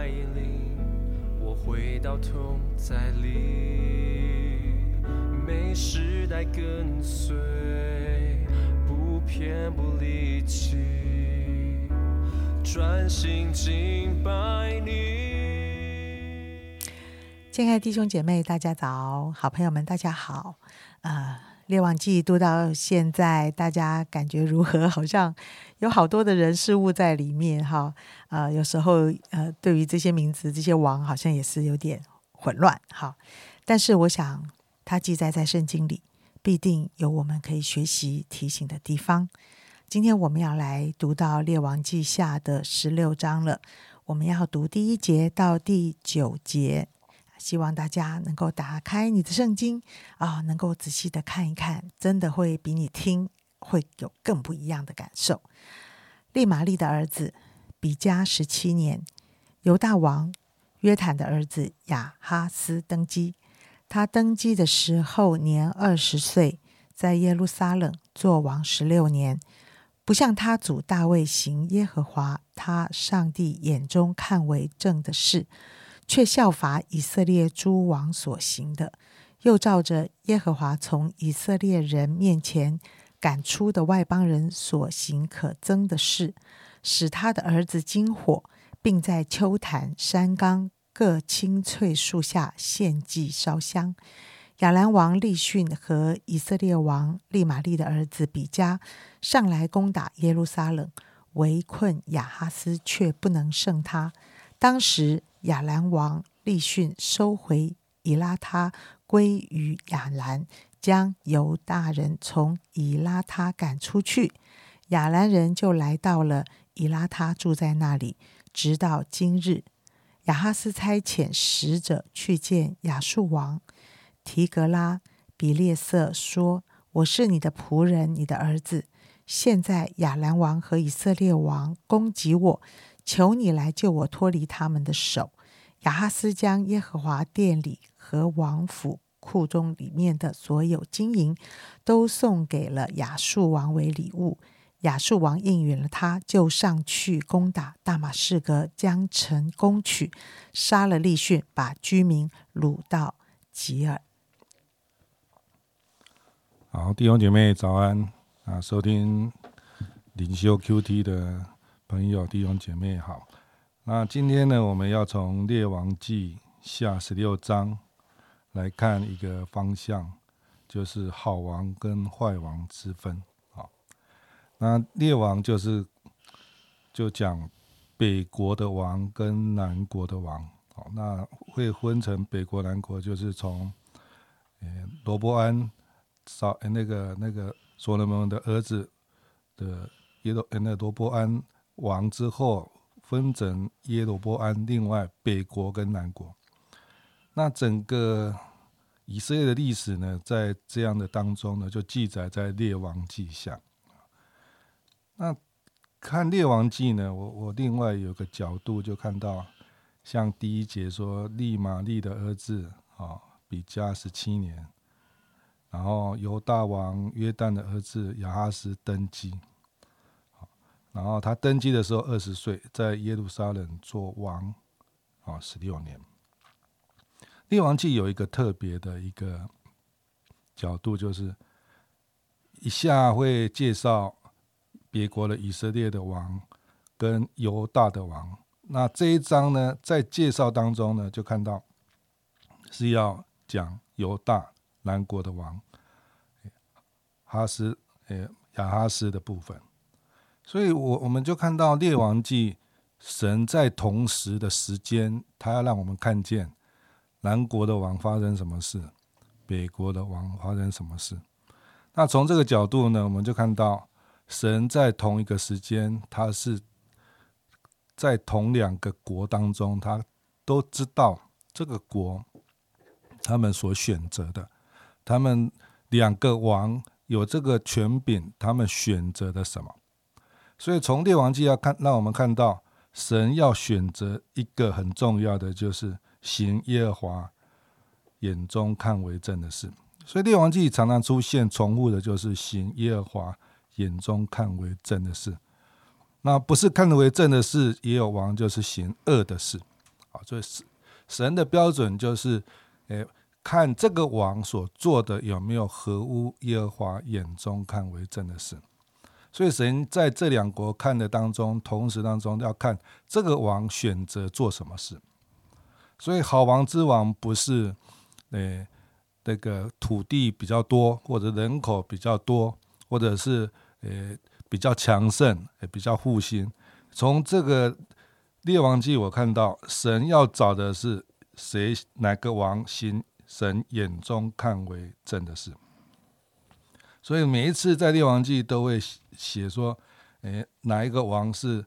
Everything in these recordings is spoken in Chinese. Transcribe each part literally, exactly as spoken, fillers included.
引领我回到同在里，每时代跟随，不偏不离弃，专心敬拜你。 亲爱的弟兄姐妹大家早，好朋友们大家好。呃，列王纪读到现在，大家感觉如何？好像有好多的人事物在里面哈。呃，有时候呃，对于这些名字、这些王，好像也是有点混乱哈。但是我想，它记载在圣经里，必定有我们可以学习提醒的地方。今天我们要来读到列王记下的十六章了，我们要读第一节到第九节。希望大家能够打开你的圣经啊，能够仔细的看一看，真的会比你听会有更不一样的感受。利玛利的儿子比加十七年，犹大王约坦的儿子亚哈斯登基。他登基的时候年二十岁，在耶路撒冷做王十六年，不像他祖大卫行耶和华他上帝眼中看为正的事，却效法以色列诸王所行的，又照着耶和华从以色列人面前赶出的外邦人所行可憎的事，使他的儿子经火，并在丘坛、山冈各青翠树下献祭烧香。亚兰王利逊和以色列王利玛利的儿子比加上来攻打耶路撒冷，围困亚哈斯，却不能胜他。当时亚兰王利逊收回以拉他，归于亚兰，将犹大人从以拉他赶出去。亚兰人就来到了以拉他，住在那里，直到今日。亚哈斯差遣使者去见亚述王提格拉比列色，说：我是你的仆人，你的儿子。现在亚兰王和以色列王攻击我，求你来救我脱离他们的手。亚哈斯将耶和华殿里和王府库中里面的所有金银都送给了亚述王为礼物。亚述王应允了他，就上去攻打大马士革，将城攻取，杀了利逊，把居民掳到吉尔。 好，弟兄姐妹早安啊！收听领袖 Q T 的朋友弟兄姐妹好。那今天呢，我们要从列王记下十六章来看一个方向，就是好王跟坏王之分。好，那列王就是就讲北国的王跟南国的王。好，那会分成北国南国，就是从罗波安扫那个那个所罗门的儿子的耶罗那罗波安王之后，分成耶罗波安，另外北国跟南国。那整个以色列的历史呢，在这样的当中呢，就记载在列王记下。那看列王记呢，我我另外有个角度就看到，像第一节说利玛利的儿子啊比加十七年。然后犹大王约旦的儿子亚哈斯登基，然后他登基的时候二十岁，在耶路撒冷做王十六年。列王记有一个特别的一个角度，就是一下会介绍别国的以色列的王跟犹大的王。那这一章呢，在介绍当中呢，就看到是要讲犹大南国的王哈斯亚哈斯的部分。所以我我们就看到列王记，神在同时的时间，他要让我们看见南国的王发生什么事，北国的王发生什么事。那从这个角度呢，我们就看到神在同一个时间，他是在同两个国当中，他都知道这个国他们所选择的，他们两个王有这个权柄，他们选择的什么。所以从列王记要看，让我们看到神要选择一个很重要的，就是行耶和华眼中看为正的事。所以列王记常常出现重复的，就是行耶和华眼中看为正的事。那不是看为正的事，也有王就是行恶的事。 所以神的标准就是、欸、看这个王所做的有没有合乎耶和华眼中看为正的事。所以神在这两国看的当中，同时当中要看这个王选择做什么事。所以好王之王不是、欸、那个土地比较多，或者人口比较多，或者是、欸、比较强盛、欸、比较复兴。从这个列王记我看到神要找的是谁，哪个王行神眼中看为正的事。所以每一次在列王记都会写说、欸、哪一个王是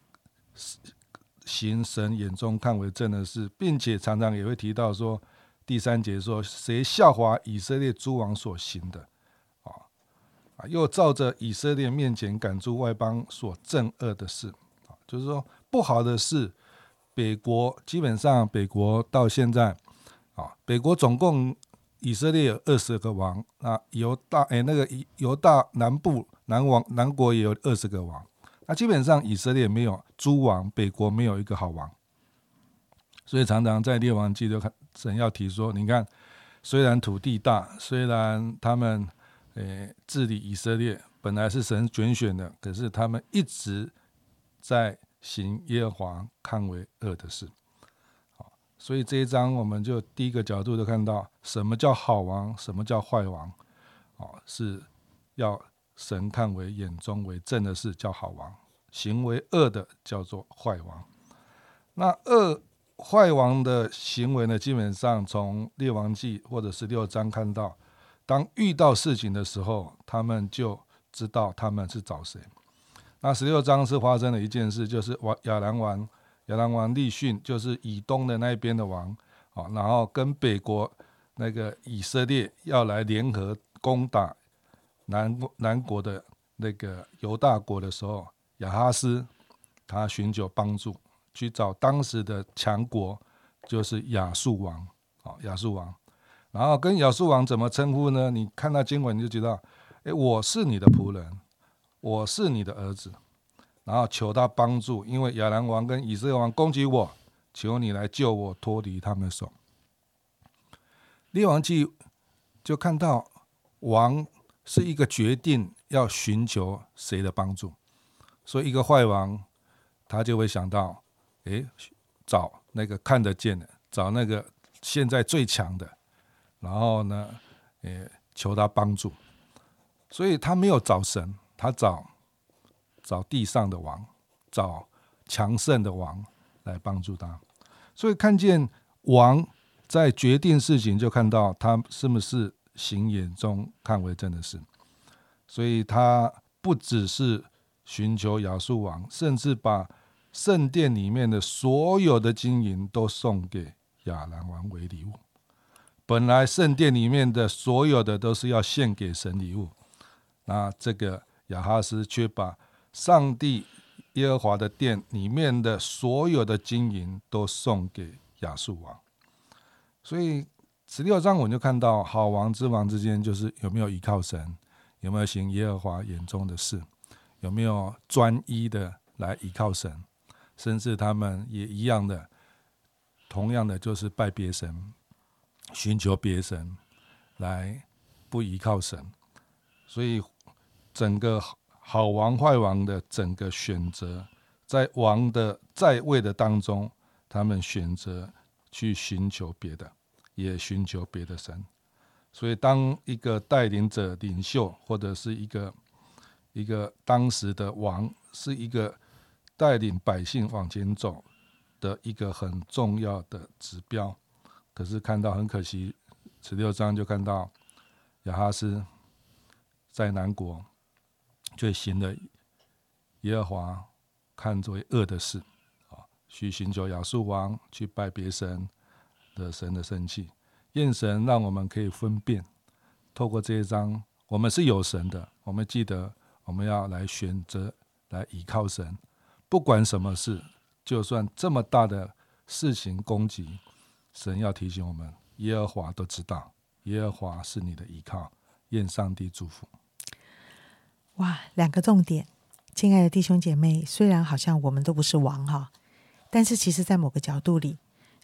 行神眼中看为正的事，并且常常也会提到说第三节说谁效法以色列诸王所行的、哦、又照着以色列面前赶出外邦所正恶的事、哦、就是说不好的事，北国基本上北国到现在、哦、北国总共以色列有二十个王，那犹大、欸、那个犹大南部 南, 王南国也有二十个王，那基本上以色列没有诸王，北国没有一个好王。所以常常在列王记就看神要提说，你看虽然土地大，虽然他们、欸、治理以色列本来是神拣选的，可是他们一直在行耶和华看为恶的事。所以这一章我们就第一个角度就看到什么叫好王，什么叫坏王、哦、是要神看为眼中为正的事叫好王，行为恶的叫做坏王。那恶坏王的行为呢，基本上从列王记或者十六章看到，当遇到事情的时候，他们就知道他们是找谁。那十六章是发生了一件事，就是亚兰王亚兰王利逊，就是以东的那边的王、哦、然后跟北国那个以色列要来联合攻打 南, 南国的那个犹大国的时候，亚哈斯他寻求帮助，去找当时的强国，就是亚述王、哦、亚述王。然后跟亚述王怎么称呼呢？你看到经文你就知道，诶，我是你的仆人，我是你的儿子，然后求他帮助，因为亚兰王跟以色列王攻击我，求你来救我脱离他们的手。列王记就看到王是一个决定要寻求谁的帮助，所以一个坏王他就会想到，诶，找那个看得见的，找那个现在最强的，然后呢，诶，求他帮助。所以他没有找神，他找找地上的王，找强盛的王来帮助他。所以看见王在决定事情，就看到他是不是行眼中看为正的事。所以他不只是寻求亚述王，甚至把圣殿里面的所有的金银都送给亚兰王为礼物。本来圣殿里面的所有的都是要献给神礼物，那这个亚哈斯却把上帝耶和华的殿里面的所有的金银都送给亚述王。所以十六章我们就看到好王之王之间就是有没有依靠神，有没有行耶和华眼中的事，有没有专一的来依靠神，甚至他们也一样的，同样的就是拜别神，寻求别神，来不依靠神。所以整个好王坏王的整个选择，在王的在位的当中，他们选择去寻求别的，也寻求别的神。所以当一个带领者领袖，或者是一个一个当时的王，是一个带领百姓往前走的一个很重要的指标。可是看到很可惜，十六章就看到亚哈斯在南国却行了耶和华看作恶的事，去寻求亚述王，去拜别神的神的生气。愿神让我们可以分辨，透过这一章，我们是有神的，我们记得我们要来选择来依靠神，不管什么事，就算这么大的事情攻击，神要提醒我们，耶和华都知道，耶和华是你的依靠。愿上帝祝福。 哇，两个重点，亲爱的弟兄姐妹，虽然好像我们都不是王哈，但是其实在某个角度里，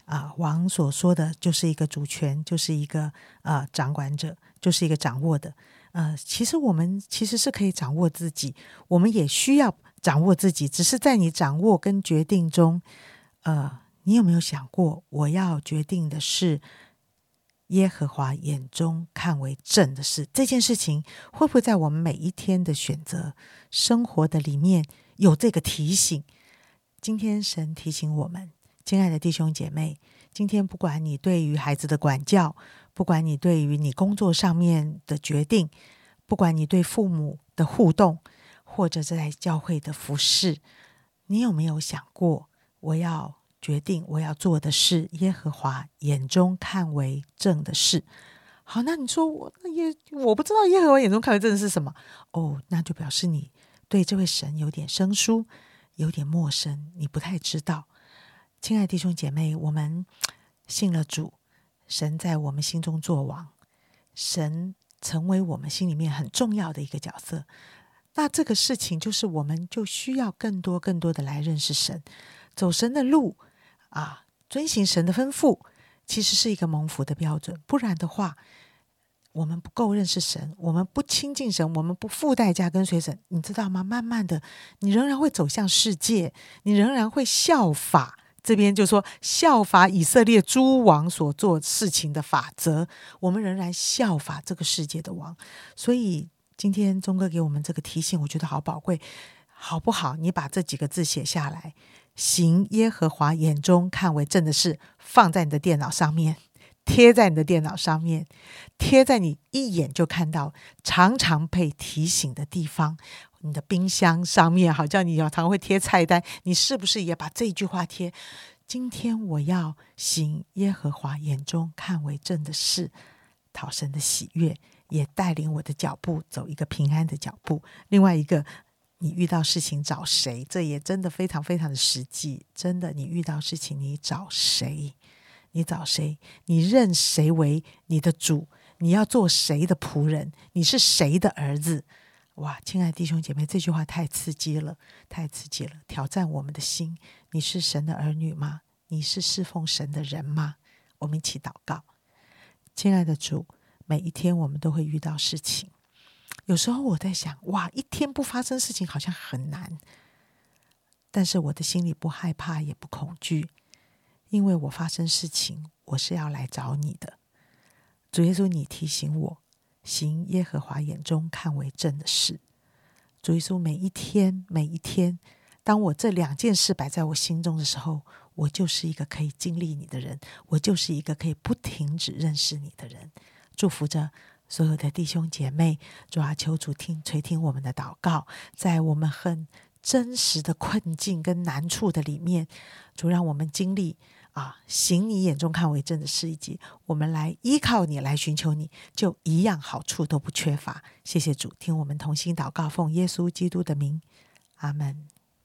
啊、王所说的就是一个主权，就是一个呃掌管者，就是一个掌握的。呃，其实我们其实是可以掌握自己，我们也需要掌握自己，只是在你掌握跟决定中，呃，你有没有想过，我要决定的是耶和华眼中看为正的事？这件事情会不会在我们每一天的选择生活的里面有这个提醒？今天神提醒我们，亲爱的弟兄姐妹，今天不管你对于孩子的管教，不管你对于你工作上面的决定，不管你对父母的互动，或者在教会的服事，你有没有想过，我要决定我要做的是耶和华眼中看为正的事？好，那你说我那耶我不知道耶和华眼中看为正的是什么哦，那就表示你对这位神有点生疏，有点陌生，你不太知道。亲爱的弟兄姐妹，我们信了主，神在我们心中作王，神成为我们心里面很重要的一个角色。那这个事情就是我们就需要更多更多的来认识神，走神的路啊，遵行神的吩咐，其实是一个蒙福的标准。不然的话，我们不够认识神，我们不亲近神，我们不付代价跟随神，你知道吗？慢慢的你仍然会走向世界，你仍然会效法，这边就说效法以色列诸王所做事情的法则，我们仍然效法这个世界的王。所以今天钟哥给我们这个提醒，我觉得好宝贵，好不好？你把这几个字写下来，行耶和华眼中看为正的事，放在你的电脑上面，贴在你的电脑上面，贴在你一眼就看到常常被提醒的地方。你的冰箱上面，好像你常常会贴菜单，你是不是也把这句话贴？今天我要行耶和华眼中看为正的事，讨神的喜悦，也带领我的脚步走一个平安的脚步。另外一个，你遇到事情找谁？这也真的非常非常的实际。真的，你遇到事情你找谁？你找谁？你认谁为你的主？你要做谁的仆人？你是谁的儿子？哇，亲爱的弟兄姐妹，这句话太刺激了，太刺激了，挑战我们的心。你是神的儿女吗？你是侍奉神的人吗？我们一起祷告。亲爱的主，每一天我们都会遇到事情，有时候我在想，哇，一天不发生事情好像很难，但是我的心里不害怕也不恐惧，因为我发生事情，我是要来找你的。主耶稣，你提醒我行耶和华眼中看为正的事。主耶稣，每一天每一天，当我这两件事摆在我心中的时候，我就是一个可以经历你的人，我就是一个可以不停止认识你的人。祝福着所有的弟兄姐妹，主啊，求主听垂听我们的祷告，在我们很真实的困境跟难处的里面，主让我们经历啊，行你眼中看为正的事，以及我们来依靠你，来寻求你，就一样好处都不缺乏。谢谢主，听我们同心祷告，奉耶稣基督的名，阿们。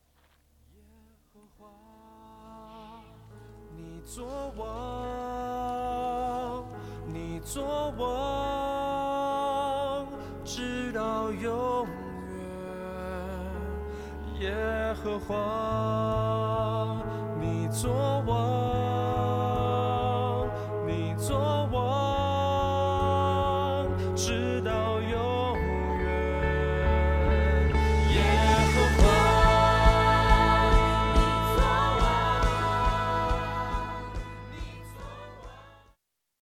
你作王，你作王，直到永远。耶和华，你作王。